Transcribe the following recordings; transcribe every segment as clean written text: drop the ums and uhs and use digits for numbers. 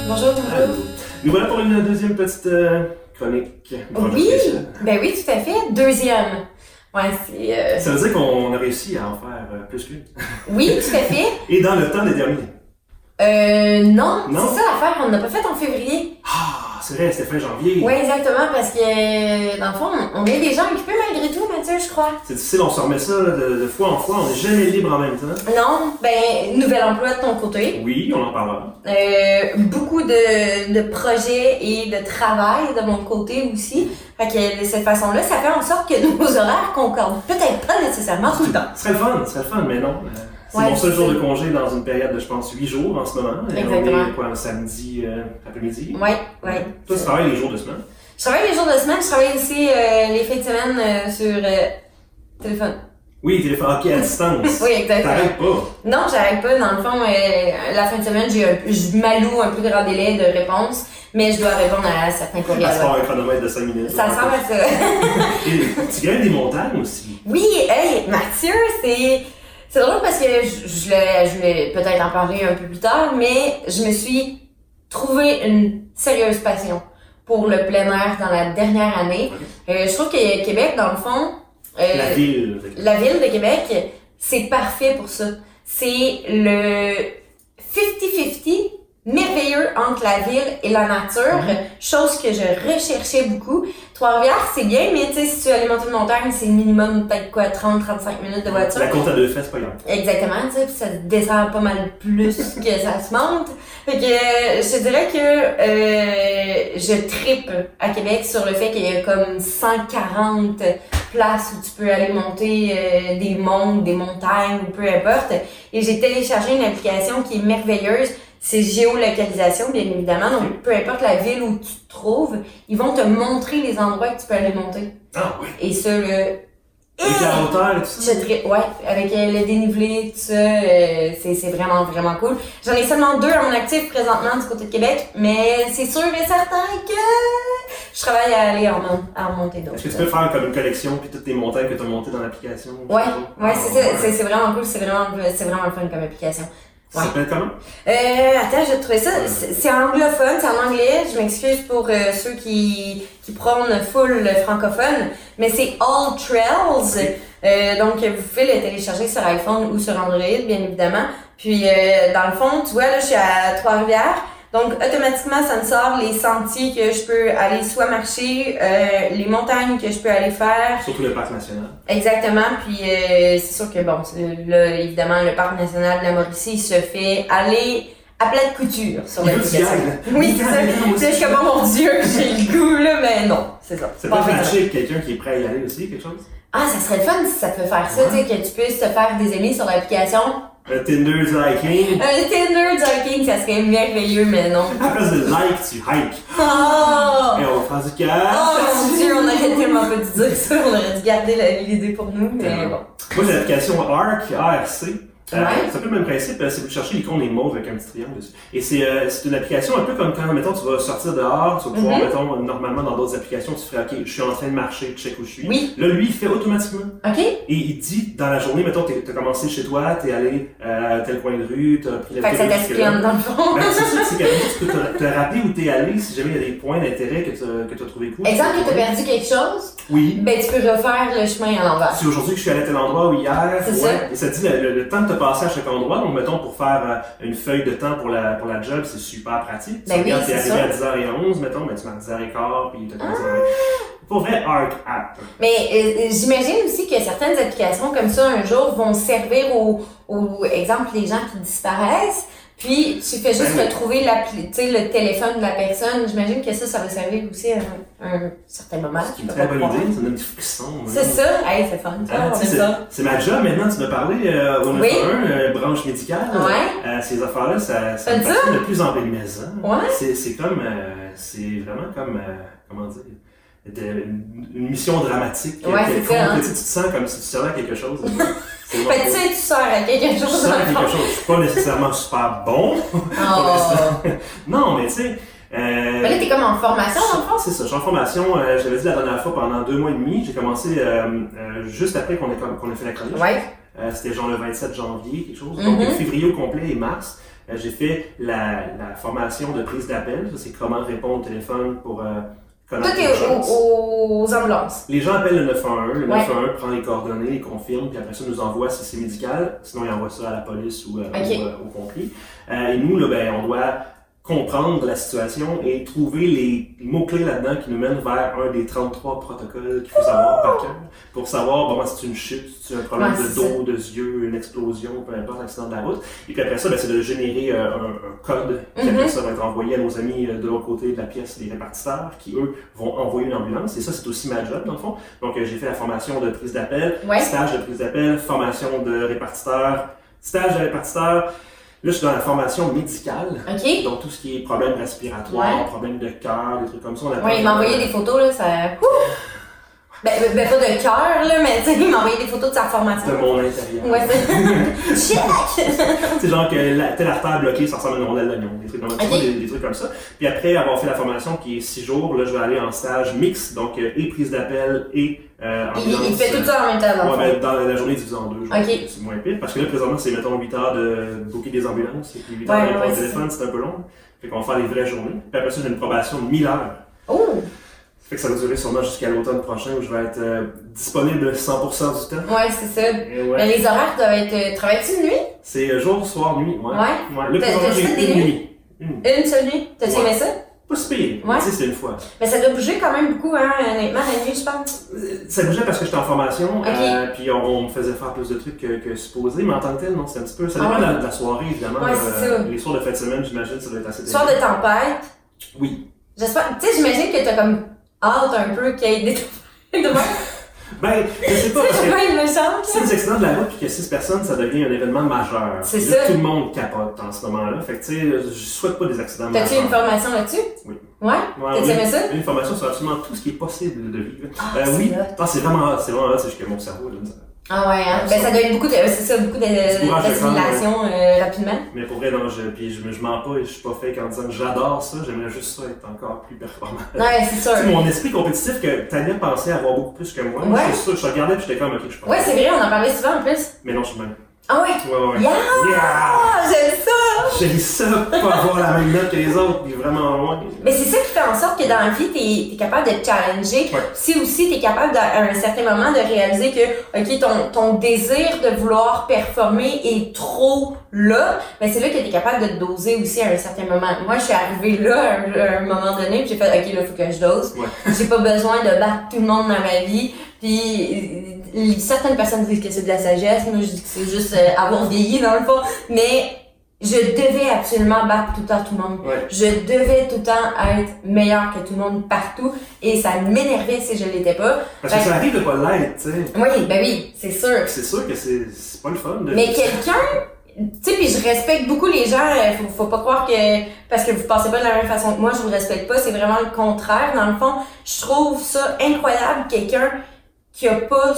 Bonjour, bonjour. Nous voilà pour une deuxième petite chronique. Oui, ben oui, tout à fait. Deuxième. Ouais, c'est... Ça veut dire qu'on a réussi à en faire plus qu'une. Oui, tout à fait. Et dans le temps des derniers. Non, Non? c'est ça l'affaire, on n'a pas fait en février. Ah, c'est vrai, c'était fin janvier. Oui, exactement, parce que, dans le fond, on est des gens occupés malgré tout, Mathieu, je crois. C'est difficile, on se remet ça là, de fois en fois, on n'est jamais libre en même temps. Non, ben, nouvel emploi de ton côté. Oui, on en parlera. Beaucoup de projets et de travail de mon côté aussi. Fait que de cette façon-là, ça fait en sorte que nos horaires concordent peut-être pas nécessairement tout le temps. Ce serait le fun, mais non. C'est mon seul jour de congé dans une période de, je pense, 8 jours en ce moment. Exactement. On est quoi, un samedi après-midi? Oui. Toi, tu travailles les jours de semaine? Je travaille les jours de semaine, je travaille aussi les fins de semaine sur téléphone. Oui, téléphone, ok, à distance. Oui, exactement. T'arrêtes pas. Non, j'arrête pas. Dans le fond, la fin de semaine, je m'alloue un plus grand délai de réponse, mais je dois répondre à certains courriels. À se faire un chronomètre de 5 minutes. Ça ressemble à ça. Et tu gagnes des montagnes aussi. Oui, hey, Mathieu, c'est drôle parce que je vais peut-être en parler un peu plus tard, mais je me suis trouvé une sérieuse passion pour le plein air dans la dernière année. Je trouve que Québec, dans le fond, la ville de Québec, c'est parfait pour ça. C'est le 50-50 merveilleux entre la ville et la nature, chose que je recherchais beaucoup. Trois-Rivières, c'est bien, mais tu sais, si tu veux aller monter une montagne, c'est minimum peut-être quoi, 30-35 minutes de voiture. La côte à 2 fesses, c'est pas grave. Exactement, tu sais, puis ça descend pas mal plus que ça se monte. Fait que je te dirais que je trippe à Québec sur le fait qu'il y a comme 140 places où tu peux aller monter des monts, des montagnes ou peu importe. Et j'ai téléchargé une application qui est merveilleuse. C'est géolocalisation, bien évidemment. Donc, peu importe la ville où tu te trouves, ils vont te montrer les endroits que tu peux aller monter. Ah oui. Et ça, avec la hauteur et tout ça. Ouais, avec le dénivelé, tout ça, c'est vraiment, vraiment cool. J'en ai seulement 2 à mon actif présentement du côté de Québec, mais c'est sûr et certain que je travaille à aller en monter d'autres. Est-ce que tu peux faire comme une collection puis toutes tes montagnes que tu as montées dans l'application? Ouais, c'est vraiment cool, c'est vraiment le fun comme application. Ça s'appelle comment? Attends, je vais te trouver ça. C'est anglophone, c'est en anglais. Je m'excuse pour ceux qui prônent full francophone, mais c'est All Trails. Donc, vous pouvez le télécharger sur iPhone ou sur Android, bien évidemment. Puis, dans le fond, tu vois, là, je suis à Trois-Rivières. Donc, automatiquement, ça me sort les sentiers que je peux aller soit marcher, les montagnes que je peux aller faire. Surtout le parc national. Exactement. Puis, c'est sûr que, bon, là, évidemment, le parc national de la Mauricie se fait aller à pleine couture sur l'application. Oui, c'est ça. Je suis comme, oh mon Dieu, j'ai le goût, là, mais non, c'est ça. Ça peut matcher quelqu'un qui est prêt à y aller aussi, quelque chose? Ah, ça serait le fun si ça peut faire ça, tu sais, que tu puisses te faire des amis sur l'application. Un Tinder hiking. Un Tinder hiking, ça serait merveilleux, mais non. À place de like, tu hike. Oh! Et on va faire du cash. Oh mon Dieu, on aurait tellement pas dû dire ça, on aurait dû garder l'idée pour nous, mais bon. Moi, j'ai l'application ARC, ARC. Ouais. C'est un peu le même principe, c'est vous chercher l'icône des mauves avec un petit triangle dessus. Et c'est une application un peu comme quand, mettons, tu vas sortir dehors, tu vas pouvoir, mettons, normalement dans d'autres applications, tu ferais, ok, je suis en train de marcher, check où je suis. Oui. Là, lui, il fait automatiquement. OK. Et il dit, dans la journée, mettons, t'as commencé chez toi, t'es allé à tel coin de rue, t'as pris la Fait que ça t'explique dans le fond. Ben, c'est ça, c'est que tu peux te rappeler où t'es allé si jamais il y a des points d'intérêt que t'as trouvé cool. Exemple que t'as perdu quelque chose, oui. ben tu peux refaire le chemin à l'envers. Si aujourd'hui que je suis allé à tel endroit ou hier, c'est ça. Et ça dit le temps que t'as passé à chaque endroit. Donc, mettons, pour faire une feuille de temps pour la job, c'est super pratique. Ben oui, t'es arrivé à 10h11, mettons, ben, tu marques 10h15, puis t'as commencé Pour vrai, Arc App. Mais j'imagine aussi que certaines applications comme ça, un jour, vont servir au exemple, les gens qui disparaissent. Puis, tu fais juste retrouver le téléphone de la personne. J'imagine que ça va servir aussi à un certain moment. C'est une très bonne idée, ça donne du frisson. C'est ça, hey, c'est fun. C'est ma job maintenant, tu m'as parlé au 911, branche médicale. Ouais. Ces affaires-là, ça me fascine de plus en plus. Ouais. C'est comme, c'est vraiment comme, comment dire, une mission dramatique. Ouais, c'est ça. Tu te sens comme si tu servais à quelque chose. Fait que tu sais, tu sors à quelque chose. Je sers à quelque chose. Je suis pas nécessairement super bon. Non, mais tu sais. Mais là, t'es comme en formation, dans le fond? C'est ça, je suis en formation. J'avais dit la dernière fois pendant 2 mois et demi. J'ai commencé juste après qu'on ait fait la chronique. Ouais. C'était genre le 27 janvier, quelque chose. Donc, février au complet et mars. J'ai fait la formation de prise d'appel. Ça, c'est comment répondre au téléphone pour connaître Tout est aux ambulances. Les gens appellent le 911. Le 911 prend les coordonnées, les confirme, puis après ça, nous envoie si c'est médical. Sinon, il envoie ça à la police ou aux pompiers. Et nous, là, on doit comprendre la situation et trouver les mots-clés là-dedans qui nous mènent vers un des 33 protocoles qu'il faut savoir par cœur pour savoir, bon, si c'est une chute, si c'est un problème de dos, de yeux, une explosion, peu importe, accident de la route. Et puis après ça, c'est de générer un code qui après ça va être envoyé à nos amis de l'autre côté de la pièce, les répartiteurs, qui eux vont envoyer une ambulance. Et ça, c'est aussi ma job, dans le fond. Donc, j'ai fait la formation de prise d'appel, stage de prise d'appel, formation de répartiteur, stage de répartiteur. Là, je suis dans la formation médicale. OK. Donc, tout ce qui est problème respiratoire, problème de cœur, des trucs comme ça. Il m'a envoyé des photos, là, ça... Ben, pas de cœur, là, mais tu sais, il m'a envoyé des photos de sa formation. De mon intérieur. Ouais, c'est... Check! C'est genre que telle artère bloquée, ça ressemble à une rondelle d'oignon. Des trucs comme ça. Des trucs comme ça. Puis après avoir fait la formation qui est 6 jours, là, je vais aller en stage mixte, donc et prise d'appel et il fait tout ça en même temps, dans la journée divisée en 2 jours. C'est moins pire. Parce que là, présentement, c'est, mettons, 8 heures de booker des ambulances, et puis 8 heures de téléphone, c'est un peu long. Fait qu'on va faire les vraies journées. Puis après ça, j'ai une probation de 1000 heures. Oh! Fait que ça va durer sûrement jusqu'à l'automne prochain où je vais être disponible 100% du temps. Ouais, c'est ça. Mais les horaires doivent être... Travailles-tu de nuit? C'est jour, soir, nuit. Ouais. Là, présentement, j'ai une nuit. Une seule nuit? T'as-tu aimé ça? Pas si pire. Tu sais, c'est une fois. Mais ça doit bouger quand même beaucoup, hein, honnêtement, la nuit, je pense. Ça bougeait parce que j'étais en formation, puis on me faisait faire plus de trucs que supposé, mais en tant que tel, non, c'est un petit peu... Ça dépend de la soirée, évidemment. Ouais, c'est ça. Les soirs de fin de semaine, j'imagine, ça doit être assez... Soir de tempête? Oui. J'espère... Tu sais, j'imagine que t'as comme hâte un peu qu'il y ait des tempêtes demain. Ben, je sais pas, parce que il me semble. Si c'est des accidents de la route et que 6 personnes, ça devient un événement majeur. C'est là, ça. Tout le monde capote en ce moment-là. Fait que, tu sais, je souhaite pas des accidents majeurs. T'as-tu une formation là-dessus? Oui. Ouais? T'as-tu aimé ça? Une formation sur absolument tout ce qui est possible de vivre. Oui. C'est vraiment hot. C'est juste que mon cerveau, là, Ah ouais, hein? Ben ça doit être beaucoup d'assimilation rapidement. Mais pour vrai, non, je mens pas et je suis pas fake en disant que j'adore ça, j'aimerais juste ça être encore plus performant. Ouais, c'est sûr. Mon esprit compétitif que Tania pensait avoir beaucoup plus que moi, je suis sûr, je regardais et j'étais comme, ok, je pense. Ouais, c'est vrai, on en parlait souvent en plus. Mais non, je suis même. Ah ouais? Ouais. Yeah! J'aime ça! J'aime ça, pas avoir la même note que les autres, puis vraiment loin. Mais c'est ça qui fait en sorte que dans la vie, t'es capable de te challenger. Si aussi t'es capable à un certain moment de réaliser que, ok, ton désir de vouloir performer est trop là, mais c'est là que t'es capable de te doser aussi à un certain moment. Moi, je suis arrivée là à un moment donné, puis j'ai fait, ok, là, faut que je dose. J'ai pas besoin de battre tout le monde dans ma vie. Puis certaines personnes disent que c'est de la sagesse, moi je dis que c'est juste avoir vieilli dans le fond, mais je devais absolument battre tout le temps tout le monde. Je devais tout le temps être meilleure que tout le monde partout et ça m'énervait si je l'étais pas. Parce que ça arrive de pas l'être, tu sais. Oui, c'est sûr. C'est sûr que c'est pas le fun de... Mais quelqu'un... Tu sais, puis je respecte beaucoup les gens, faut pas croire que parce que vous pensez pas de la même façon que moi, je vous respecte pas, c'est vraiment le contraire dans le fond. Je trouve ça incroyable, quelqu'un qui a pas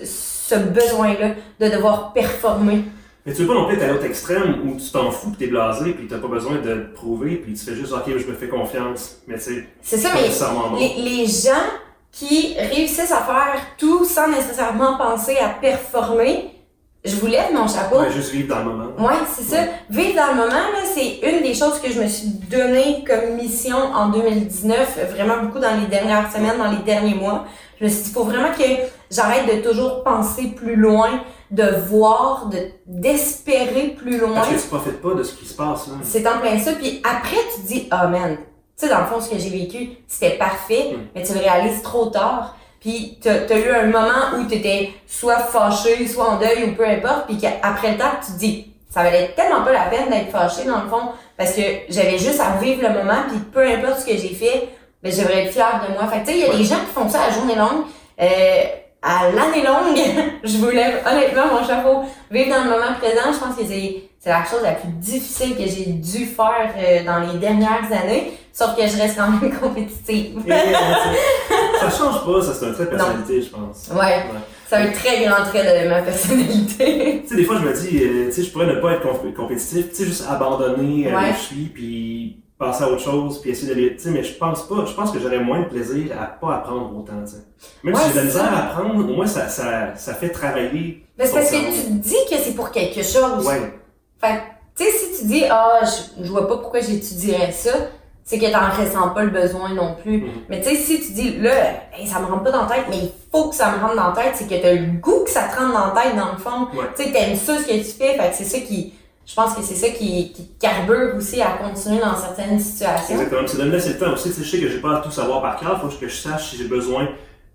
ce besoin-là de devoir performer. Mais tu veux pas non plus être à l'autre extrême où tu t'en fous pis t'es blasé pis t'as pas besoin de te prouver pis tu fais juste ok, je me fais confiance. Mais tu sais, c'est ça, mais les gens qui réussissent à faire tout sans nécessairement penser à performer, je vous lève mon chapeau. Ouais, juste vivre dans le moment. Ouais, c'est ça. Vivre dans le moment, là, c'est une des choses que je me suis donné comme mission en 2019, vraiment beaucoup dans les dernières semaines, dans les derniers mois. Je me suis dit, il faut vraiment que j'arrête de toujours penser plus loin, de voir, d'espérer plus loin. Parce que tu profites pas de ce qui se passe, là. C'est en plein ça. Puis après, tu te dis, oh man, tu sais, dans le fond, ce que j'ai vécu, c'était parfait, mais tu le réalises trop tard. Puis t'as eu un moment où t'étais soit fâché, soit en deuil ou peu importe, puis qu'après le temps, tu te dis, ça valait tellement pas la peine d'être fâché dans le fond, parce que j'avais juste à vivre le moment, puis peu importe ce que j'ai fait, ben je devrais être fière de moi. Fait que tu sais, il y a des gens qui font ça à journée longue, à l'année longue, je vous lève honnêtement mon chapeau. Vivre dans le moment présent, je pense que c'est la chose la plus difficile que j'ai dû faire dans les dernières années, sauf que je reste quand même compétitive. Ça change pas, ça c'est un trait de personnalité, je pense. Ouais. C'est un très grand trait de ma personnalité. Tu sais, des fois je me dis, tu sais, je pourrais ne pas être compétitif, tu sais, juste abandonner où je suis, puis passer à autre chose, puis essayer d'aller, tu sais, mais je pense que j'aurais moins de plaisir à pas apprendre autant, tu sais. Même si j'ai de la misère à apprendre, au moins ça fait travailler. Mais c'est parce que tu te dis que c'est pour quelque chose. Ouais. Fait tu sais, si tu tu dis, je vois pas pourquoi j'étudierais ça, c'est que t'en ressens pas le besoin non plus. Mais tu sais, si tu dis, là, ça me rentre pas dans la tête, mais il faut que ça me rentre dans la tête, c'est que t'as le goût que ça te rentre dans la tête, dans le fond. Tu sais, t'aimes ça ce que tu fais, fait que c'est ça je pense que c'est ça qui carbure aussi à continuer dans certaines situations. Exactement. C'est de me laisser le temps aussi. Je sais que j'ai pas à tout savoir par cœur. Faut que je sache si j'ai besoin,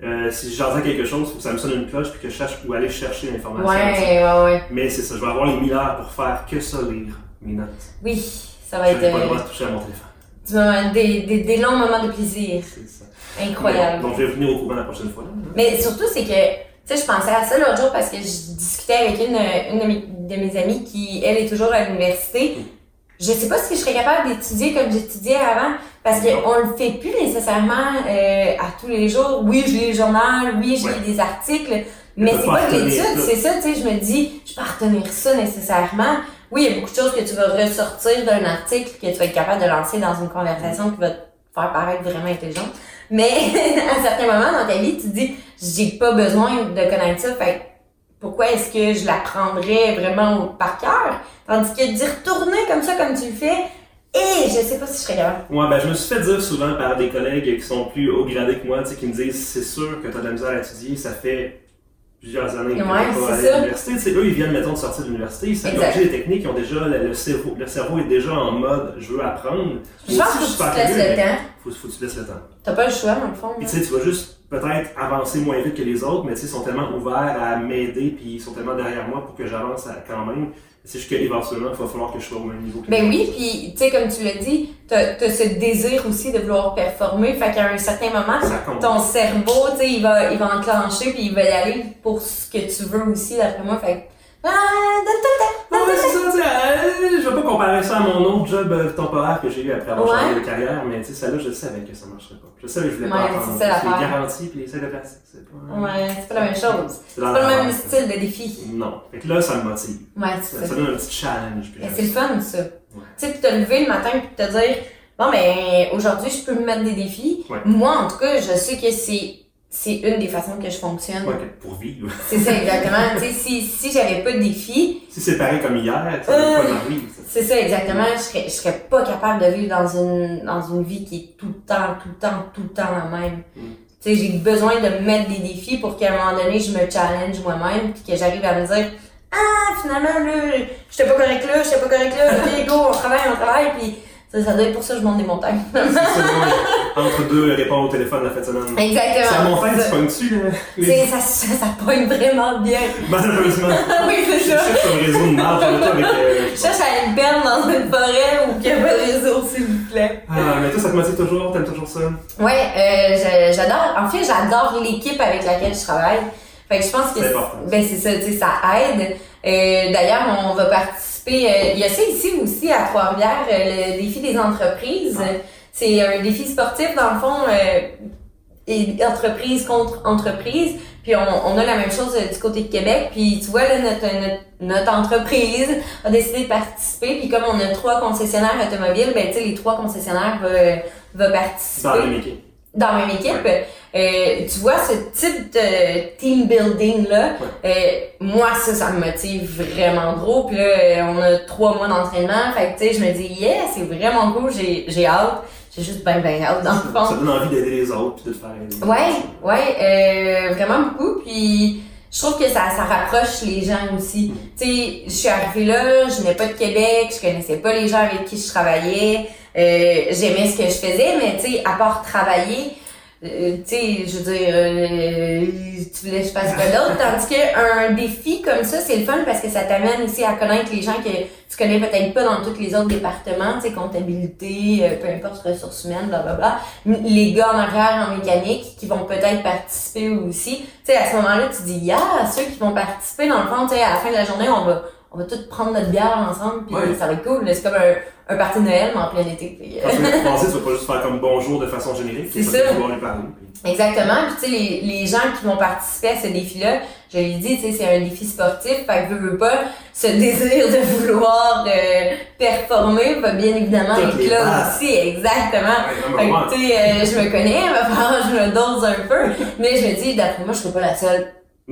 si j'entends quelque chose, faut que ça me sonne une cloche puis que je sache où aller chercher l'information. Ouais. Mais c'est ça. Je vais avoir les 1000 heures pour faire que ça, lire mes notes. Oui, ça va être. J'ai pas le droit de toucher à mon téléphone. Des longs moments de plaisir. C'est ça. Incroyable. Donc je vais venir au courant la prochaine fois. Mais surtout, c'est que tu sais, je pensais à ça l'autre jour parce que je discutais avec une de mes amies qui, elle, est toujours à l'université. Je sais pas si je serais capable d'étudier comme j'étudiais avant parce qu'on le fait plus nécessairement à tous les jours. Oui, je lis le journal, oui, je lis des articles, mais c'est pas de l'étude, c'est ça, tu sais, je me dis, je peux retenir ça nécessairement. Oui, il y a beaucoup de choses que tu vas ressortir d'un article que tu vas être capable de lancer dans une conversation qui va te faire paraître vraiment intelligente. Mais à un certain moment dans ta vie, tu te dis, j'ai pas besoin de connaître ça, fait pourquoi est-ce que je l'apprendrais vraiment par cœur? Tandis que d'y retourner comme ça, comme tu le fais, je sais pas si je serais capable. Ouais, je me suis fait dire souvent par des collègues qui sont plus haut gradés que moi, tu sais, qui me disent, c'est sûr que t'as de la misère à étudier, ça fait plusieurs années que t'es pas allé à l'université. Tu sais, eux, ils viennent, mettons, de sortir de l'université, ils savent que les techniques, ils ont déjà, le cerveau est déjà en mode, je veux apprendre. Je pense que tu te laisses le temps. Faut que tu laisses le temps. T'as pas le choix, dans le fond. Puis tu sais, tu vas juste peut-être avancer moins vite que les autres, mais tu sais, ils sont tellement ouverts à m'aider, puis ils sont tellement derrière moi pour que j'avance quand même. C'est juste qu'éventuellement, il va falloir que je sois au même niveau que les autres. Oui, puis tu sais, comme tu l'as dit, t'as ce désir aussi de vouloir performer, fait qu'à un certain moment, ton cerveau, tu sais, il va enclencher, puis il va y aller pour ce que tu veux aussi, d'après moi, fait donne tout le temps. C'est ça, tu sais, je vais pas comparer ça à mon autre job temporaire que j'ai eu après avoir changé de carrière, mais tu sais, celle-là, je savais que ça marcherait pas. Je savais que je voulais pas apprendre. C'est les garanties puis les essais de plastique, c'est pas la même chose. C'est pas le même style de défi. Non. Fait que là, ça me motive. C'est ça. Ça donne un petit challenge. C'est le fun, ça. Tu sais, puis te lever le matin puis te dire, bon, ben, aujourd'hui, je peux me mettre des défis. Moi, en tout cas, je sais que c'est une des façons que je fonctionne. Pour vivre. C'est ça, exactement. Tu sais, si j'avais pas de défis. Si c'est pareil comme hier, ça ne pas ma vie. C'est ça, exactement. Je serais pas capable de vivre dans une vie qui est tout le temps la même. Tu sais, j'ai besoin de me mettre des défis pour qu'à un moment donné, je me challenge moi-même puis que j'arrive à me dire, finalement, là, j'étais pas correct là, ok, go, on travaille, puis ça doit être pour ça que je monte des montagnes. C'est ça, entre deux réponds au téléphone la fin de semaine. Exactement. C'est à montagne, tu pognes dessus, là. Ça pogne vraiment bien. Malheureusement. Oui, c'est ça. Je cherche un réseau de marge avec. Je cherche à être belle dans une forêt où il n'y a pas de réseau, s'il vous plaît. Mais toi, ça te motive toujours? T'aimes toujours ça? Ouais, j'adore. En fait, j'adore l'équipe avec laquelle je travaille. Fait que je pense que c'est ça, tu sais, ça aide. D'ailleurs, on va participer. Il y a ça ici aussi à Trois-Rivières, le défi des entreprises. C'est un défi sportif, dans le fond, et entreprise contre entreprise. Puis on a la même chose du côté de Québec. Puis tu vois, là, notre entreprise a décidé de participer. Puis comme on a 3 concessionnaires automobiles, ben tu sais, les 3 concessionnaires vont participer. Dans la même équipe. Tu vois, ce type de team building là, moi ça me motive vraiment gros. Puis là, on a 3 mois d'entraînement. Fait que tu sais, je me dis c'est vraiment cool, j'ai hâte. J'ai juste ben hâte dans le fond. Ça donne envie d'aider les autres puis de te faire aider. Ouais, vraiment beaucoup. Puis je trouve que ça rapproche les gens aussi. Tu sais, je suis arrivée là, je venais pas de Québec, je connaissais pas les gens avec qui je travaillais. J'aimais ce que je faisais, mais tu sais, à part travailler, tu sais, je veux dire, tu voulais que je fasse quoi d'autre? Tandis qu'un défi comme ça, c'est le fun parce que ça t'amène aussi à connaître les gens que tu connais peut-être pas dans tous les autres départements, tu sais, comptabilité, peu importe, ressources humaines, blablabla. Les gars en arrière, en mécanique, qui vont peut-être participer aussi. Tu sais, à ce moment-là, tu dis, ceux qui vont participer, dans le fond, tu sais, à la fin de la journée, on va tous prendre notre bière ensemble, puis ça va être cool. C'est comme un party de Noël, mais en plein été. Quand tu vas penser, tu vas pas juste faire comme bonjour de façon générique. C'est ça. Tu vas lui parler. Exactement. Puis tu sais, les gens qui vont participer à ce défi-là, je l'ai dit, tu sais, c'est un défi sportif, fait que veux pas, ce désir de vouloir performer va bien évidemment être là aussi. Exactement. Fait que tu sais, je me connais, il va falloir que je me dose un peu, mais je me dis, d'après moi, je serai pas la seule. Non.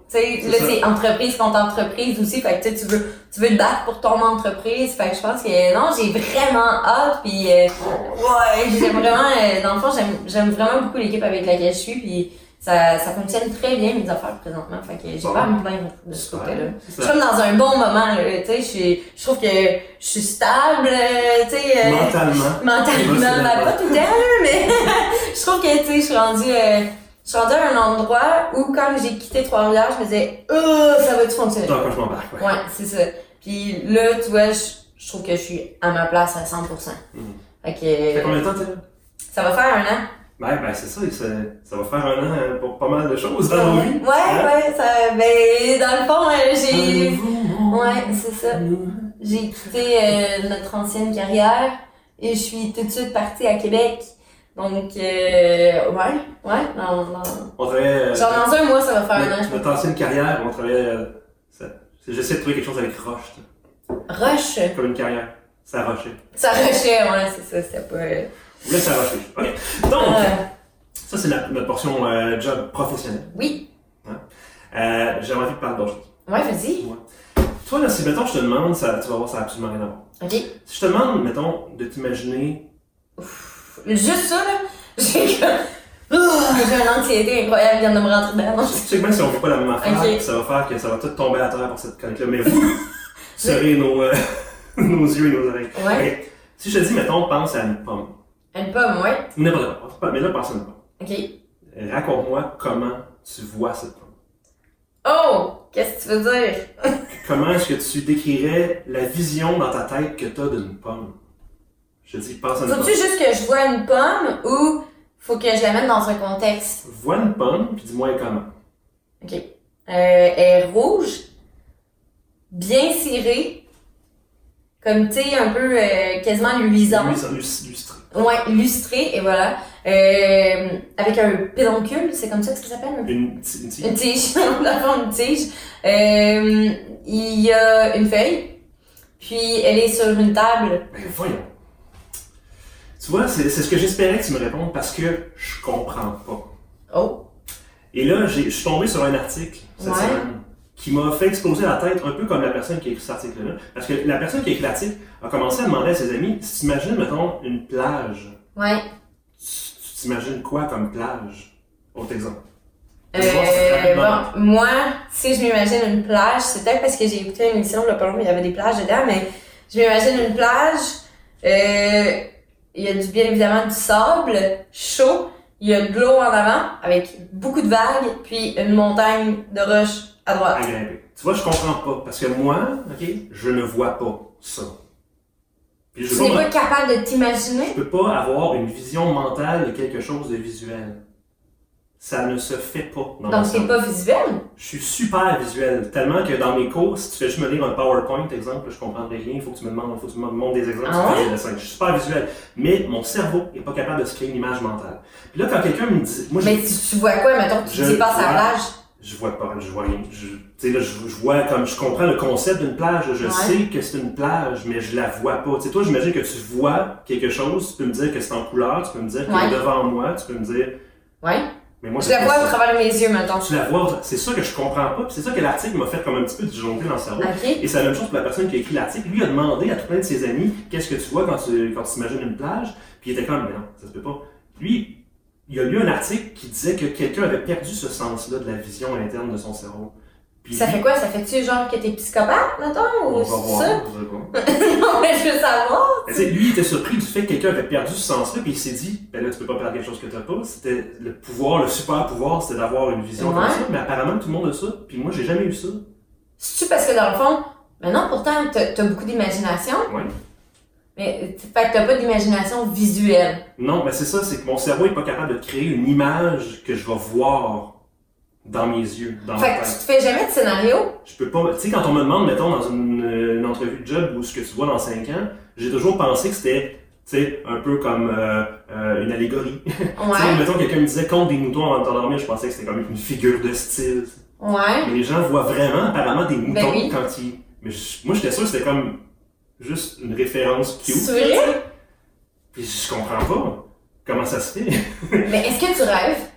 Tu sais, là, c'est entreprise contre entreprise aussi. Fait que tu veux te battre pour ton entreprise. Fait que je pense que non, j'ai vraiment hâte. Puis ouais, j'aime vraiment. Dans le fond, j'aime vraiment beaucoup l'équipe avec laquelle je suis. Puis ça fonctionne très bien mes affaires présentement. Fait que j'ai pas à me plaindre de ce côté-là. Je suis comme dans un bon moment. Là, tu sais, je trouve que je suis stable. Tu sais. Mentalement, pas tout le temps, là, mais je trouve que tu sais, je suis rendue à un endroit où quand j'ai quitté Trois-Rivières, je me disais ça va-tu fonctionner? Quand je m'embarque, ouais, c'est ça. Puis là, tu vois, je trouve que je suis à ma place à 100%. Fait que... Ça fait combien de temps t'es là? Ça va faire 1 an. Ben c'est ça, ça va faire 1 an pour pas mal de choses dans nos vies. Ouais, ben dans le fond, j'ai... Ouais, c'est ça. J'ai quitté notre ancienne carrière et je suis tout de suite partie à Québec. Donc, On travaillait... genre dans 1 mois, ça va faire 1 an. Notre ancienne carrière, on travaillait... J'essaie de trouver quelque chose avec Roche. Roche? Comme une carrière. Ça rochait. Ça rochait, ouais, c'est ça, c'était pas... Là, ça rochait. OK. Donc, ça, c'est notre portion job professionnel. Oui. Hein? J'aimerais envie de parler d'autre chose. Ouais, vas-y. Ouais. Toi, là, si, mettons, je te demande, tu vas voir, ça n'a absolument rien à voir. OK. Si je te demande, mettons, de t'imaginer... Juste ça, là, j'ai une anxiété incroyable qui vient de me rentrer dedans. Je sais que même si on ne fait pas la même affaire, ça va faire que ça va tout tomber à terre pour cette chronique-là, mais vous serez nos yeux et nos oreilles. Ouais. Okay. Si je te dis, mettons, pense à une pomme. Une pomme, ouais. N'importe quoi. Mais là, pense à une pomme. OK. Raconte-moi comment tu vois cette pomme. Oh! Qu'est-ce que tu veux dire? Comment est-ce que tu décrirais la vision dans ta tête que tu as d'une pomme? Je te dis, pense à une pomme. Faut-tu juste que je vois une pomme ou faut que je la mette dans un contexte? Vois une pomme, puis dis-moi comment. OK. Elle est rouge, bien cirée, comme, tu sais, un peu quasiment luisante. Lustrée. Ouais, lustrée, et voilà. Avec un pédoncule, c'est comme ça que ça s'appelle? Une tige. Une tige, dans le fond, une tige. Il y a une feuille, puis elle est sur une table. Ben voyons. Tu vois, c'est ce que j'espérais que tu me répondes parce que je comprends pas. Oh. Et là, je suis tombé sur un article cette semaine qui m'a fait exploser la tête, un peu comme la personne qui a écrit cet article-là. Parce que la personne qui a écrit l'article a commencé à demander à ses amis, si tu imagines, mettons, une plage. Ouais. Tu t'imagines quoi comme plage? Autre exemple. Bon, moi, si je m'imagine une plage, c'est peut-être parce que j'ai écouté une émission de Le Palombe, il y avait des plages dedans, mais je m'imagine une plage, il y a bien évidemment du sable chaud, il y a de l'eau en avant avec beaucoup de vagues, puis une montagne de roches à droite. À grimper. Tu vois, je comprends pas. Parce que moi, OK, je ne vois pas ça. Puis tu n'es pas capable de t'imaginer? Je peux pas avoir une vision mentale de quelque chose de visuel. Ça ne se fait pas dans Donc, c'est pas visuel? Je suis super visuel. Tellement que dans mes cours, si tu fais juste me lire un PowerPoint, exemple, je comprendrai rien. Il faut que tu me montres des exemples. Je suis super visuel. Mais mon cerveau est pas capable de se créer une image mentale. Puis là, quand quelqu'un me dit... Moi, mais tu vois quoi, mettons, tu dis pas sa plage? Je vois pas, je vois rien. Tu sais, là, je vois comme je comprends le concept d'une plage. Je sais que c'est une plage, mais je la vois pas. Tu sais, toi, j'imagine que tu vois quelque chose. Tu peux me dire que c'est en couleur. Tu peux me dire qu'elle est devant moi. Tu peux me dire... Ouais. Mais moi, je la vois au travers de mes yeux, maintenant. Tu la vois, c'est ça que je comprends pas, puis c'est ça que l'article m'a fait comme un petit peu disjoncter dans le cerveau. Okay. Et c'est la même chose pour la personne qui a écrit l'article. Lui a demandé à tout plein de ses amis, qu'est-ce que tu vois quand tu imagines une plage, puis il était comme, mais non, ça se peut pas. Lui, il a lu un article qui disait que quelqu'un avait perdu ce sens-là de la vision interne de son cerveau. Puis ça fait quoi? Ça fait-tu genre que t'es psychopathe, mettons? Ou ça? Non, mais je veux savoir. Tu sais, lui, il était surpris du fait que quelqu'un avait perdu ce sens-là, puis il s'est dit, ben là, tu peux pas perdre quelque chose que t'as pas. C'était le pouvoir, le super pouvoir, c'était d'avoir une vision comme ça. Mais apparemment, tout le monde a ça, puis moi, j'ai jamais eu ça. C'est-tu parce que dans le fond, ben non, pourtant, t'as beaucoup d'imagination. Oui. Mais fait que t'as pas d'imagination visuelle. Non, mais c'est ça, c'est que mon cerveau est pas capable de créer une image que je vais voir dans mes yeux, dans fait que tu te fais jamais de scénario? Je peux pas. Tu sais, quand on me demande, mettons, dans une entrevue de job ou ce que tu vois dans 5 ans, j'ai toujours pensé que c'était, tu sais, un peu comme une allégorie. Ouais. Tu sais, mettons, quelqu'un me disait compte des moutons avant de t'endormir, je pensais que c'était comme une figure de style. Ouais. Mais les gens voient vraiment, apparemment, des moutons quand ils. Mais moi, j'étais sûr que c'était comme juste une référence cute. C'est vrai? Puis je comprends pas. Comment ça se fait? Mais est-ce que tu rêves?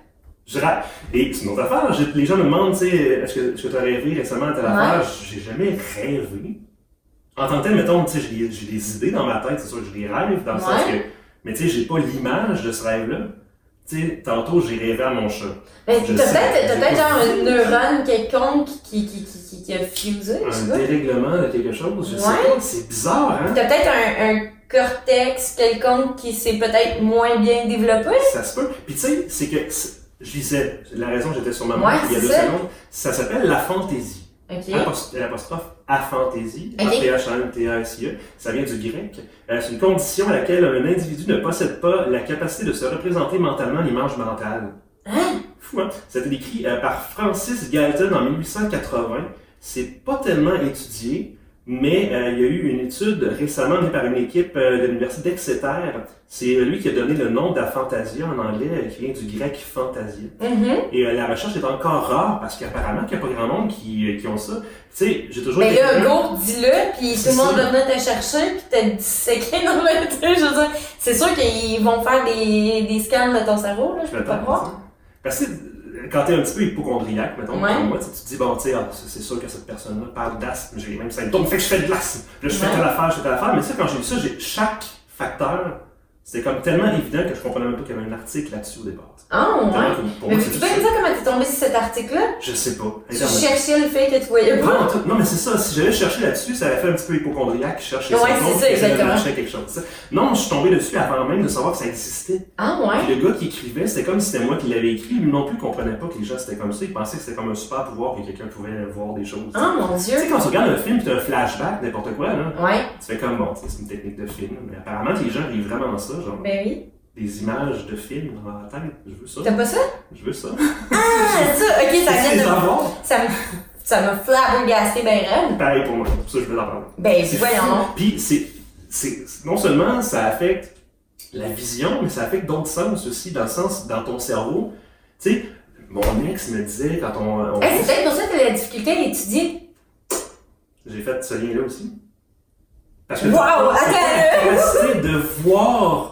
Et c'est une autre affaire. Les gens me demandent, tu sais, est-ce que tu as rêvé récemment à telle affaire? J'ai jamais rêvé. En tant que tel, mettons, tu sais, j'ai des idées dans ma tête, c'est sûr que j'ai des rêves, dans le sens que, mais tu sais, j'ai pas l'image de ce rêve-là. Tu sais, tantôt, j'ai rêvé à mon chat. Mais t'as peut-être genre un neurone quelconque qui a fusé, un dérèglement de quelque chose, je sais pas, c'est bizarre, hein? T'as peut-être un cortex quelconque qui s'est peut-être moins bien développé? Ça se peut. Puis tu sais, c'est que, je disais, la raison j'étais sur ma main il y a 2 secondes, ça s'appelle la fantaisie. L'apostrophe aphantaisie, A-P-H-A-N-T-A-S-I-E, ça vient du grec. C'est une condition à laquelle un individu ne possède pas la capacité de se représenter mentalement l'image mentale. Hein? Fou, hein? Ça a été écrit par Francis Galton en 1880. C'est pas tellement étudié, mais il y a eu une étude récemment menée par une équipe de l'université d'Exeter. C'est lui qui a donné le nom d'aphantasia en anglais, qui vient du grec fantasia. Et la recherche est encore rare parce qu'apparemment qu'il n'y a pas grand monde qui ont ça. Tu sais, j'ai toujours. Mais là, go, dis-le, puis tout le monde va venir te chercher, puis te disséquer dans le truc. Je veux dire, c'est sûr qu'ils vont faire des scans de ton cerveau, là, je peux pas croire. Parce que quand t'es un petit peu hypochondriaque, mettons, comme moi, tu te dis, bon, tu sais, c'est sûr que cette personne-là parle d'asthme, j'ai les mêmes symptômes, fait que je fais de l'asthme. Là, je fais telle affaire, mais ça, quand j'ai lu ça, chaque facteur, c'était comme tellement évident que je comprenais même pas qu'il y avait un article là-dessus au départ. Ah, ouais. Mais tu peux me dire comment t'es tombé sur cet article-là? Je sais pas. Tu cherchais le fait que tu voyais pas? Non, mais c'est ça. Si j'avais cherché là-dessus, ça aurait fait un petit peu hypochondriaque, je cherchais quelque chose. Non, je suis tombé dessus avant même de savoir que ça existait. Ah, ouais. Puis le gars qui écrivait, c'était comme si c'était moi qui l'avais écrit. Lui non plus comprenait pas que les gens c'était comme ça. Il pensait que c'était comme un super pouvoir que quelqu'un pouvait voir des choses. Ah, mon Dieu. Tu sais, quand tu regardes un film, tu as un flashback, n'importe quoi, là. Ouais. Tu fais comme, bon, c'est une technique de film. Mais apparemment, les gens vivent vraiment ça, genre. Ben oui. Des images de films dans la tête. Je veux ça. T'as pas ça? Je veux ça. Ah, ça, ok, ça vient de. Ça m'a flabbergasté ben raide. Pareil pour moi, c'est pour ça que je veux en parler. Ben, voyons. Puis c'est non seulement ça affecte la vision, mais ça affecte d'autres sens aussi, dans le sens, dans ton cerveau. Tu sais, mon ex me disait quand on c'est peut-être pour ça que tu as la difficulté à l'étudier. J'ai fait ce lien-là aussi. Parce que wow, tu as la capacité de voir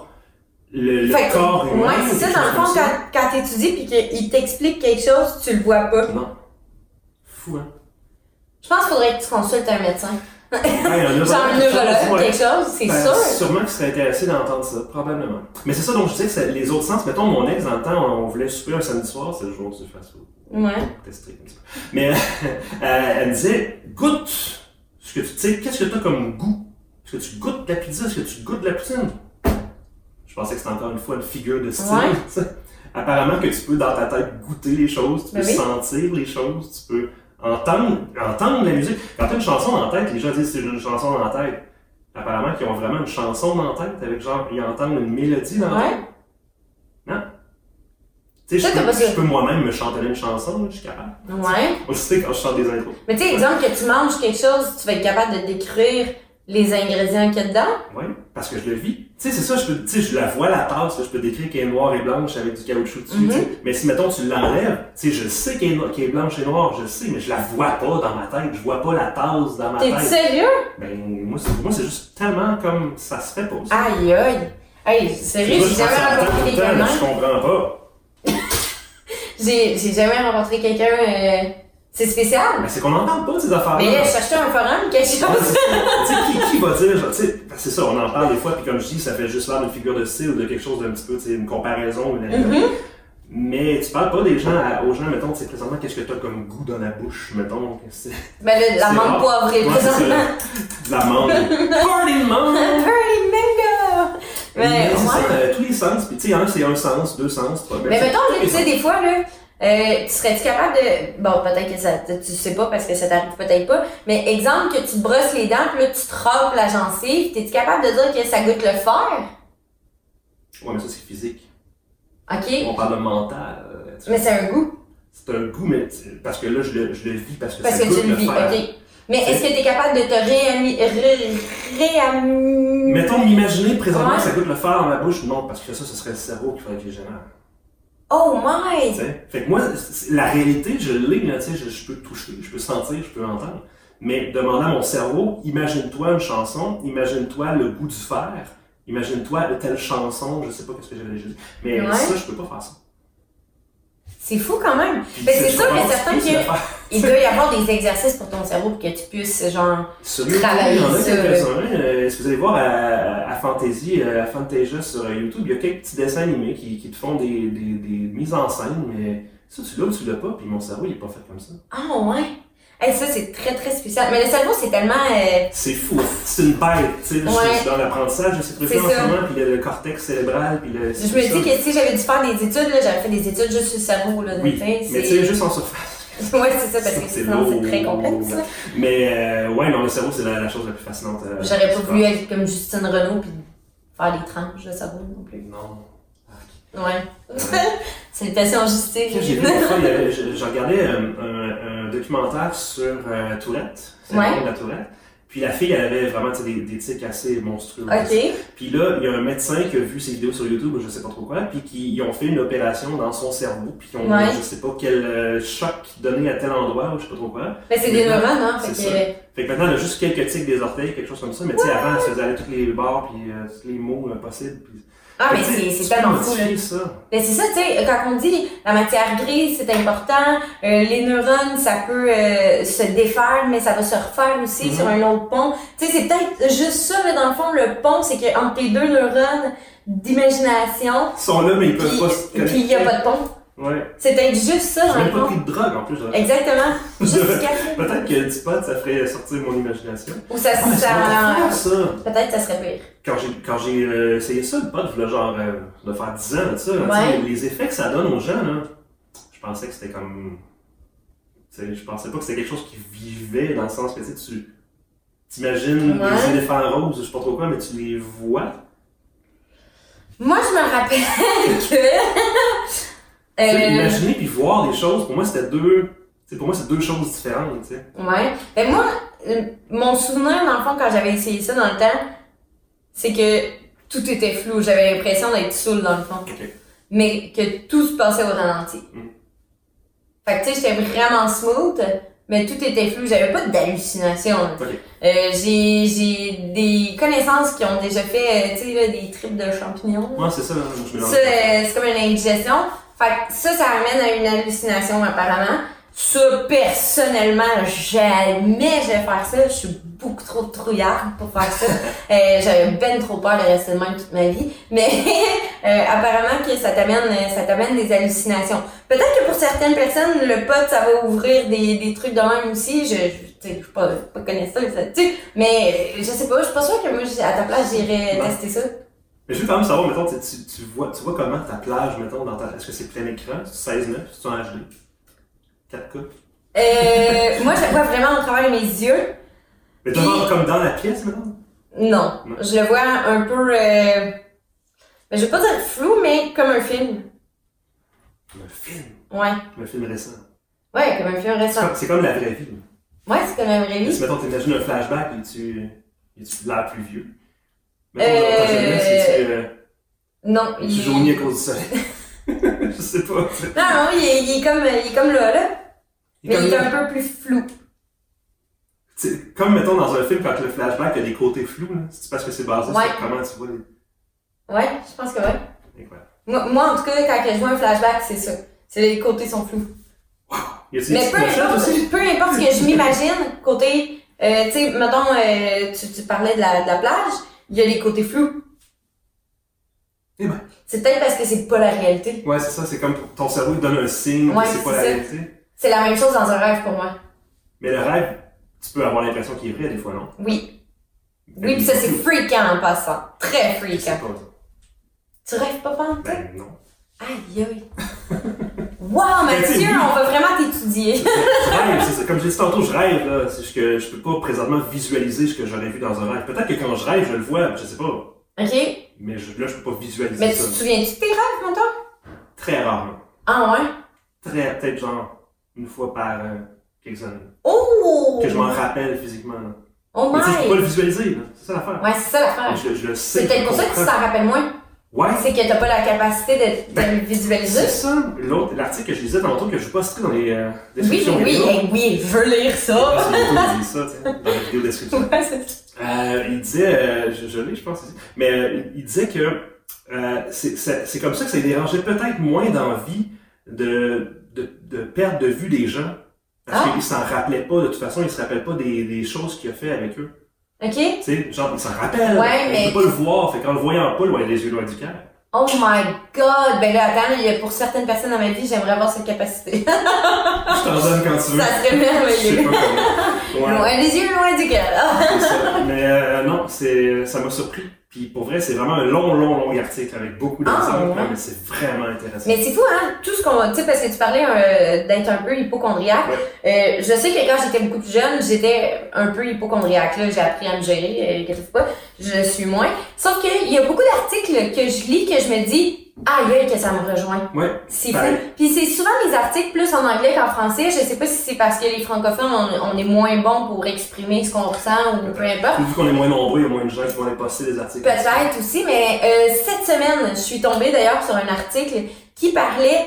le corps humain. Ouais, c'est ça, dans le fond, quand t'étudies pis qu'il t'explique quelque chose, tu le vois pas. Non. Fou, hein? Je pense qu'il faudrait que tu consultes un médecin. Genre un neurologue, quelque chose, c'est sûr. Sûrement que tu serais intéressé d'entendre ça, probablement. Mais c'est ça, donc je disais que les autres sens, mettons mon ex, dans le temps, on voulait souper un samedi soir, c'est le jour du fast-food. Ouais. C'était strict un petit peu. Mais elle me disait, goûte ce que tu sais, qu'est-ce que tu as comme goût? Est-ce que tu goûtes la pizza? Est-ce que tu goûtes la poutine? Je pensais que c'était encore une fois une figure de style. Ouais. Apparemment que tu peux dans ta tête goûter les choses, tu peux sentir les choses, tu peux entendre la musique. Quand tu as une chanson en tête, les gens disent c'est une chanson en tête. Apparemment qu'ils ont vraiment une chanson en tête avec genre, ils entendent une mélodie dans la tête. Non? Tu sais, je peux moi-même me chanter une chanson, là, je suis capable. Ouais. Aussi quand je chante des intros. Mais tu sais, exemple que tu manges quelque chose, tu vas être capable de décrire les ingrédients qu'il y a dedans? Oui, parce que je le vis. Tu sais, c'est ça, je la vois la tasse, là, je peux décrire qu'elle est noire et blanche avec du caoutchouc dessus. Mais si, mettons, tu l'enlèves, tu sais, je sais qu'elle est blanche et noire, je sais, mais je la vois pas dans ma tête, je vois pas la tasse dans ma tête. T'es sérieux? Ben, moi, c'est juste tellement comme ça se fait pas aussi. Aïe, aïe. Hey, sérieux, j'ai jamais rencontré quelqu'un. Je comprends pas. J'ai jamais rencontré quelqu'un. C'est spécial. Mais c'est qu'on n'en parle pas de ces affaires-là. Mais là, je cherchais un forum, quelque chose. Tu sais, qui va dire, genre, tu sais, c'est ça, on en parle des fois, puis comme je dis, ça fait juste l'air d'une figure de style ou de quelque chose d'un petit peu, tu sais, une comparaison. Mais tu parles pas aux gens, mettons, tu sais, présentement, qu'est-ce que t'as comme goût dans la bouche, mettons. Ben là, la menthe poivrée, présentement. La menthe. Party mango! Party mango! Mais c'est ça, tous les sens, puis tu sais, c'est un sens, 2 sens, 3. Mais mettons, tu sais, des fois, là, tu serais-tu capable de... Bon, peut-être que ça... Tu sais pas parce que ça t'arrive peut-être pas, mais exemple que tu te brosses les dents, puis là, tu te râpes la gencive, t'es-tu capable de dire que ça goûte le fer? Ouais, mais ça, c'est physique. OK. On parle de mental. Mais c'est un goût. C'est un goût, mais parce que là, je le vis, parce que ça goûte tu le vis, fer. OK. Mais est-ce que t'es capable de te Mettons, m'imaginer présentement que ça goûte le fer dans ma bouche, non, parce que ça, ce serait le cerveau qui ferait que je génère. Oh my! T'sais? Fait que moi, la réalité, je l'ai, tu sais, je peux toucher, je peux sentir, je peux entendre. Mais demander à mon cerveau, imagine-toi une chanson, imagine-toi le goût du fer, imagine-toi telle chanson, je sais pas ce que j'avais déjà dit. Mais ça, je peux pas faire ça. C'est fou quand même. C'est sûr que certains il doit y avoir des exercices pour ton cerveau pour que tu puisses, genre, travailler ça. Il y en a quelques-uns. Si vous allez voir à Fantasia sur YouTube, il y a quelques petits dessins animés qui te font des mises en scène, mais ça, tu l'as ou tu l'as pas, puis mon cerveau, il est pas fait comme ça. Ah ouais? Hey, ça, c'est très, très spécial. Mais le cerveau, c'est tellement... C'est fou. C'est une bête, tu sais. Dans l'apprentissage de ces trucs-là en ce moment, puis le cortex cérébral, puis le... Je me dis que si j'avais dû faire des études, là, j'aurais fait des études juste sur le cerveau, là. Oui, mais tu sais, juste en surface. Ouais, c'est ça, parce que sinon, c'est très complexe, là. Mais, ouais, non, le cerveau, c'est la chose la plus fascinante. J'aurais pas voulu être comme Justine Renaud, puis faire les tranches de cerveau non plus. Non. Ouais. Salutations Justine. J'ai vu une fois, je regardais un documentaire sur Tourette. C'est la Tourette. Puis la fille, elle avait vraiment des tics assez monstrueux. OK. Puis là, il y a un médecin qui a vu ses vidéos sur YouTube, je sais pas trop quoi, puis ils ont fait une opération dans son cerveau, puis ils ont je sais pas quel choc donné à tel endroit, ou je sais pas trop quoi. Mais c'est des neurones, hein? Fait que maintenant, elle a juste quelques tics des orteils, quelque chose comme ça, mais tu sais, avant, elle se faisait aller tous les bords, puis tous les mots possibles. Puis... Ah, mais c'est tellement fou, là. Mais c'est ça, tu sais, quand on dit la matière grise, c'est important, les neurones, ça peut se défaire, mais ça va se refaire aussi sur un autre pont. Tu sais, c'est peut-être juste ça, là, dans le fond, le pont, c'est qu'entre tes deux neurones d'imagination... Ils sont là, mais ils peuvent pas se connecter. Puis il y a pas de pont. Ouais. C'est peut-être juste ça, j'ai même pas pris de drogue, en plus. Exactement. Juste café. Peut-être que du pot, ça ferait sortir mon imagination. Ou ça... Peut-être ça serait pire. Quand j'ai essayé ça, le pot, genre, de faire 10 ans de ça, les effets que ça donne aux gens, là, je pensais que c'était comme... je pensais pas que c'était quelque chose qui vivait, dans le sens que tu t'imagines des éléphants roses, je sais pas trop quoi, mais tu les vois. Moi, je me rappelle que... Imaginer puis voir des choses, pour moi, c'était deux choses différentes, tu sais. Ouais. Ben moi, mon souvenir, dans le fond, quand j'avais essayé ça dans le temps, c'est que tout était flou. J'avais l'impression d'être saoul, dans le fond. Okay. Mais que tout se passait au ralenti. Fait que, tu sais, j'étais vraiment smooth, mais tout était flou. J'avais pas d'hallucination. Okay. J'ai des connaissances qui ont déjà fait, tu sais, des tripes de champignons. Ouais, c'est ça. C'est comme une indigestion. Fait que ça amène à une hallucination apparemment. Ça, personnellement, jamais je vais faire ça. Je suis beaucoup trop trouillarde pour faire ça. J'avais ben trop peur de rester de même toute ma vie. Mais apparemment que ça t'amène des hallucinations. Peut-être que pour certaines personnes, le pot, ça va ouvrir des trucs de même aussi. Je suis pas connaisseuse là-dessus. Mais je sais pas, je suis pas sûre que moi, à ta place, j'irais tester ça. Mais je veux quand même savoir, mettons, tu vois comment ta plage, mettons, est-ce que c'est plein écran, c'est 16:9, c'est en HD? 4K? Moi, je le vois vraiment au travers de mes yeux. Mais t'es comme dans la pièce, mettons? Non. Je le vois un peu, je vais pas dire flou, mais comme un film. Comme un film? Ouais. Comme un film récent. Ouais, comme un film récent. C'est comme la vraie vie. Ouais, c'est comme la vraie vie. Si, mettons, t'imagines un flashback et tu l'air plus vieux. Mettons, dans ta jeunesse, non. Tu jaunis à cause du soleil. Je sais pas. Non, il est comme là. Mais il est un peu plus flou. C'est comme, mettons, dans un film, quand le flashback a des côtés flous, là, c'est parce que c'est basé sur comment tu vois les... Ouais, je pense que ouais. Incroyable. Moi, en tout cas, quand je vois un flashback, c'est ça. C'est les côtés sont flous. Wow! Mais peu importe ce que je m'imagine, côté... tu sais, mettons, tu parlais de la plage, il y a les côtés flous. Eh ben. C'est peut-être parce que c'est pas la réalité. Ouais, c'est ça, c'est comme ton cerveau il donne un signe que c'est pas la réalité. C'est la même chose dans un rêve pour moi. Mais le rêve, tu peux avoir l'impression qu'il est vrai des fois, non? Oui. Oui, pis ça c'est freakant en passant. Très freakant. Tu rêves pas pendant? Ben non. Aïe aïe. Wow, Mathieu, on va vraiment t'étudier. Je rêve, c'est ça. Comme j'ai dit tantôt, je rêve, là. C'est juste que je peux pas présentement visualiser ce que j'aurais vu dans un rêve. Peut-être que quand je rêve, je le vois, je sais pas. OK. Mais là, je peux pas visualiser ça. Mais ça. tu te souviens-tu de tes rêves, maintenant? Très rarement. Ah ouais? Peut-être genre une fois par quelques années. Oh! Que je m'en rappelle physiquement, là. Oh my! Mais je peux pas le visualiser, là. C'est ça l'affaire. Ouais, c'est ça l'affaire. Je le sais. C'est peut-être pour ça que tu t'en rappelles moins. Ouais. C'est que t'as pas la capacité de le visualiser. C'est ça. L'article que je lisais tantôt, que je posterai dans les descriptions. Oui, je veux lire ça. C'est YouTube qui dit ça, tu sais, dans la vidéo description. Ouais, c'est ça. Il disait, je l'ai, je pense, mais il disait que c'est comme ça que ça dérangeait peut-être moins dans la vie de perte de vue des gens. Parce qu'ils s'en rappelaient pas, de toute façon, ils se rappellent pas des choses qu'il a fait avec eux. OK. Tu sais, genre, ils s'en rappellent. Ouais, mais. Ils peuvent pas le voir, fait qu'en le voyant pas, il a les yeux loin du cœur. Oh my god! Ben là, attends, pour certaines personnes dans ma vie, j'aimerais avoir cette capacité. Je t'en donne quand tu veux. Ça serait merveilleux. Je sais pas comment. Ouais. Loin les yeux, loin du cœur. C'est ça. Mais non, ça m'a surpris. Puis pour vrai, c'est vraiment un long article avec beaucoup d'exemples, ouais. mais c'est vraiment intéressant. Mais c'est fou, hein? Tout ce qu'on... Tu sais, parce que tu parlais d'être un peu hypochondriaque. Ouais. Je sais que quand j'étais beaucoup plus jeune, j'étais un peu hypochondriaque. Là, j'ai appris à me gérer, quelque fois. Je suis moins. Sauf qu'il y a beaucoup d'articles que je lis que je me dis... Aïe, que ça me rejoint. Ouais. C'est fou. Puis c'est souvent des articles plus en anglais qu'en français. Je sais pas si c'est parce que les francophones, on est moins bons pour exprimer ce qu'on ressent ou peu importe. Vu qu'on est moins nombreux, il y a moins de gens qui vont aller poster des articles. Peut-être aussi, mais cette semaine, je suis tombée d'ailleurs sur un article qui parlait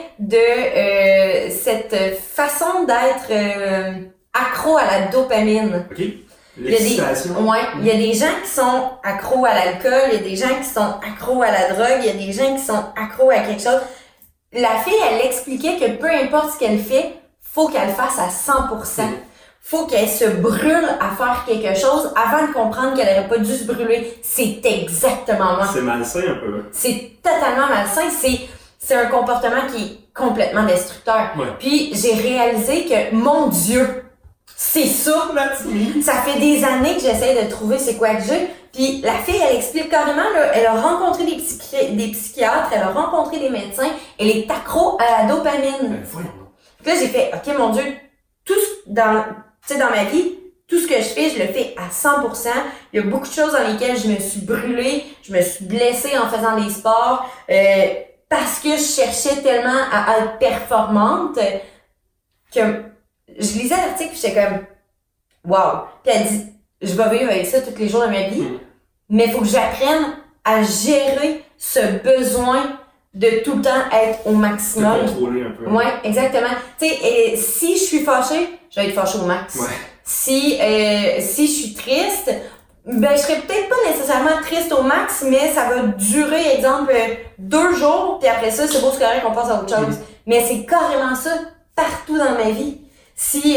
de cette façon d'être accro à la dopamine. OK. L'excitation. Il y a des gens qui sont accros à l'alcool, il y a des gens qui sont accros à la drogue, il y a des gens qui sont accros à quelque chose. La fille, elle expliquait que peu importe ce qu'elle fait, faut qu'elle le fasse à 100%. Faut qu'elle se brûle à faire quelque chose avant de comprendre qu'elle n'aurait pas dû se brûler. C'est exactement moi. C'est malsain un peu. C'est totalement malsain. C'est un comportement qui est complètement destructeur. Ouais. Puis j'ai réalisé que, mon Dieu, c'est ça. Ça fait des années que j'essaie de trouver c'est quoi que j'ai. Puis la fille, elle explique carrément, là, elle a rencontré des psychiatres, elle a rencontré des médecins, elle est accro à la dopamine. Voyons. Puis là, j'ai fait, OK, mon Dieu, dans ma vie, tout ce que je fais, je le fais à 100%. Il y a beaucoup de choses dans lesquelles je me suis brûlée, je me suis blessée en faisant des sports, parce que je cherchais tellement à être performante que je lisais l'article puis j'étais comme wow. Puis elle dit je vais vivre avec ça tous les jours de ma vie, mais il faut que j'apprenne à gérer ce besoin de tout le temps être au maximum. De contrôler un peu. Ouais, exactement. Tu sais, si je suis fâchée, je vais être fâchée au max. Ouais. Si je suis triste, ben je serais peut-être pas nécessairement triste au max, mais ça va durer, exemple, 2 jours, puis après ça, c'est beau, c'est correct qu'on passe à autre chose. Mais c'est carrément ça partout dans ma vie. Si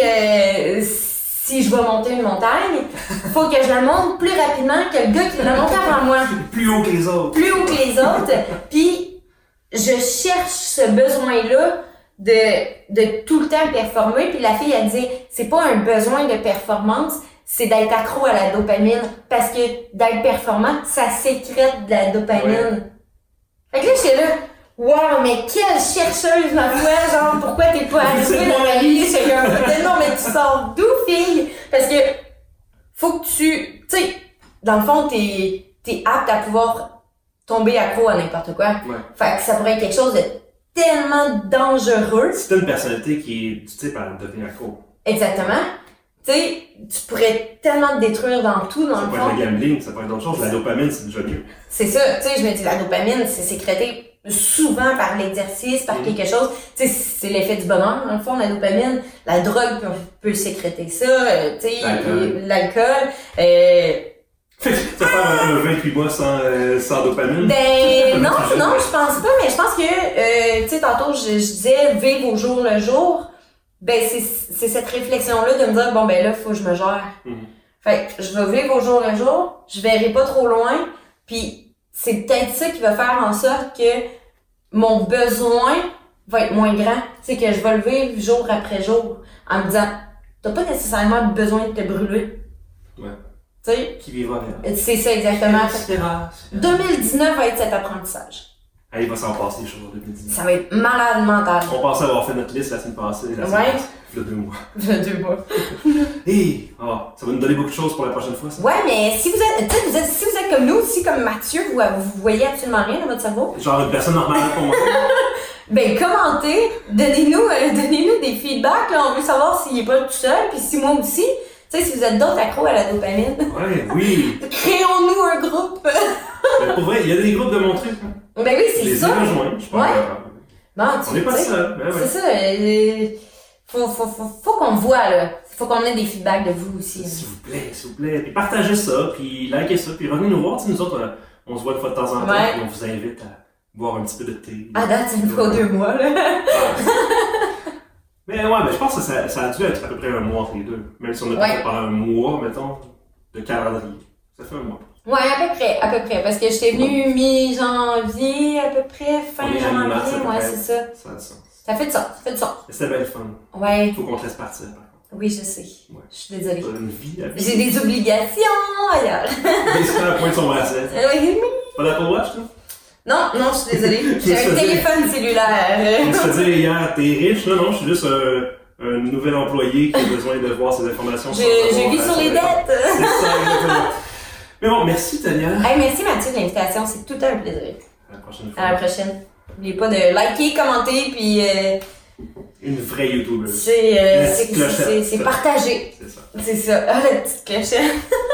je vais monter une montagne, faut que je la monte plus rapidement que le gars qui l'a monté avant moi. Plus haut que les autres. Plus haut que les autres. Puis je cherche ce besoin-là de tout le temps performer. Puis la fille, elle dit, c'est pas un besoin de performance, c'est d'être accro à la dopamine. Parce que d'être performant, ça sécrète de la dopamine. Ouais. Fait que là, j'étais là, wow, mais quelle chercheuse, ma foi, genre, pourquoi t'es pas arrivée dans ma vie? C'est comme, non, mais tu sors d'où, fille? Parce que, faut que tu sais, dans le fond, t'es apte à pouvoir tomber accro à n'importe quoi. Ouais. Fait que ça pourrait être quelque chose de tellement dangereux. C'est une personnalité qui est, tu sais, par devenir accro. Exactement. Tu sais, tu pourrais tellement te détruire dans tout, dans le fond. Ça peut être le gambling, ça peut être d'autres choses. La dopamine, c'est déjà mieux. C'est ça, tu sais, je me dis, la dopamine, c'est sécrété souvent par l'exercice, par quelque chose. Tu sais, c'est l'effet du bonheur, dans le fond, la dopamine. La drogue peut sécréter ça, tu sais, l'alcool. Tu vas faire un 28 mois sans dopamine? Ben, non, je pense pas, mais je pense que, tu sais, tantôt, je disais, vivre au jour le jour. Ben, c'est cette réflexion-là de me dire, bon, ben là, faut que je me gère. Fait que je vais vivre au jour le jour, je verrai pas trop loin, puis c'est peut-être ça qui va faire en sorte que mon besoin va être moins grand. C'est que je vais le vivre jour après jour, en me disant, t'as pas nécessairement besoin de te brûler. Ouais. Tu sais? Qui vivra bien. C'est ça, exactement. Etc. 2019 va être cet apprentissage. Il va s'en passer des choses en 2019. Ça va être malade mental. On pensait avoir fait notre liste la semaine passée. Il y a 2 mois. Il y a 2 mois. Et ça va nous donner beaucoup de choses pour la prochaine fois, ça. Ouais, mais si vous êtes comme nous, aussi comme Mathieu, vous voyez absolument rien dans votre cerveau. Genre une personne normale pour moi. Ben, commentez, donnez-nous des feedbacks, là, on veut savoir s'il est pas tout seul, puis si moi aussi. Tu sais, si vous êtes d'autres accros à la dopamine. Ouais, oui. Créons-nous un groupe. Ben, pour vrai, il y a des groupes de mon truc. Ben oui, c'est ça. Les rejoindre, je pense. Ouais. Bon, on n'est pas seul. Ben, c'est ça. Faut qu'on voit, là. Faut qu'on ait des feedbacks de vous aussi. S'il vous plaît. Puis partagez ça, puis likez ça, puis revenez nous voir. Tu sais, nous autres, on se voit de fois de temps en temps, puis on vous invite boire un petit peu de thé. À date, c'est une fois 2 mois, là. Mais ouais, mais je pense que ça a dû être à peu près un mois entre les deux. Même si on a pas fait pendant un mois, mettons, de calendrier. Ça fait un mois. Ouais, à peu près. Parce que j'étais venue mi-janvier, à peu près, fin janvier. Ouais, c'est ça. Ça a du sens. Ça fait du sens. C'était bien le fun. Ouais. Faut qu'on te laisse partir, par contre. Oui, je sais. Ouais. Je suis désolée. T'as une vie à vivre. J'ai des obligations ailleurs. C'est à point de son bracelet. Oui. Pas d'Apple Watch, toi? Non, je suis désolée. J'ai un téléphone cellulaire. On se dire hier, t'es riche, là, non? Je suis juste un nouvel employé qui a besoin de voir ces informations. Je vis sur les dettes. C'est ça, exactement. Mais bon, merci Tania. Hey, merci Mathieu de l'invitation, c'est tout un plaisir. À la prochaine fois. À la prochaine. N'oubliez pas de liker, commenter, puis... Une vraie YouTuber. C'est partagé. C'est ça. C'est ça. Ah, la petite clochette.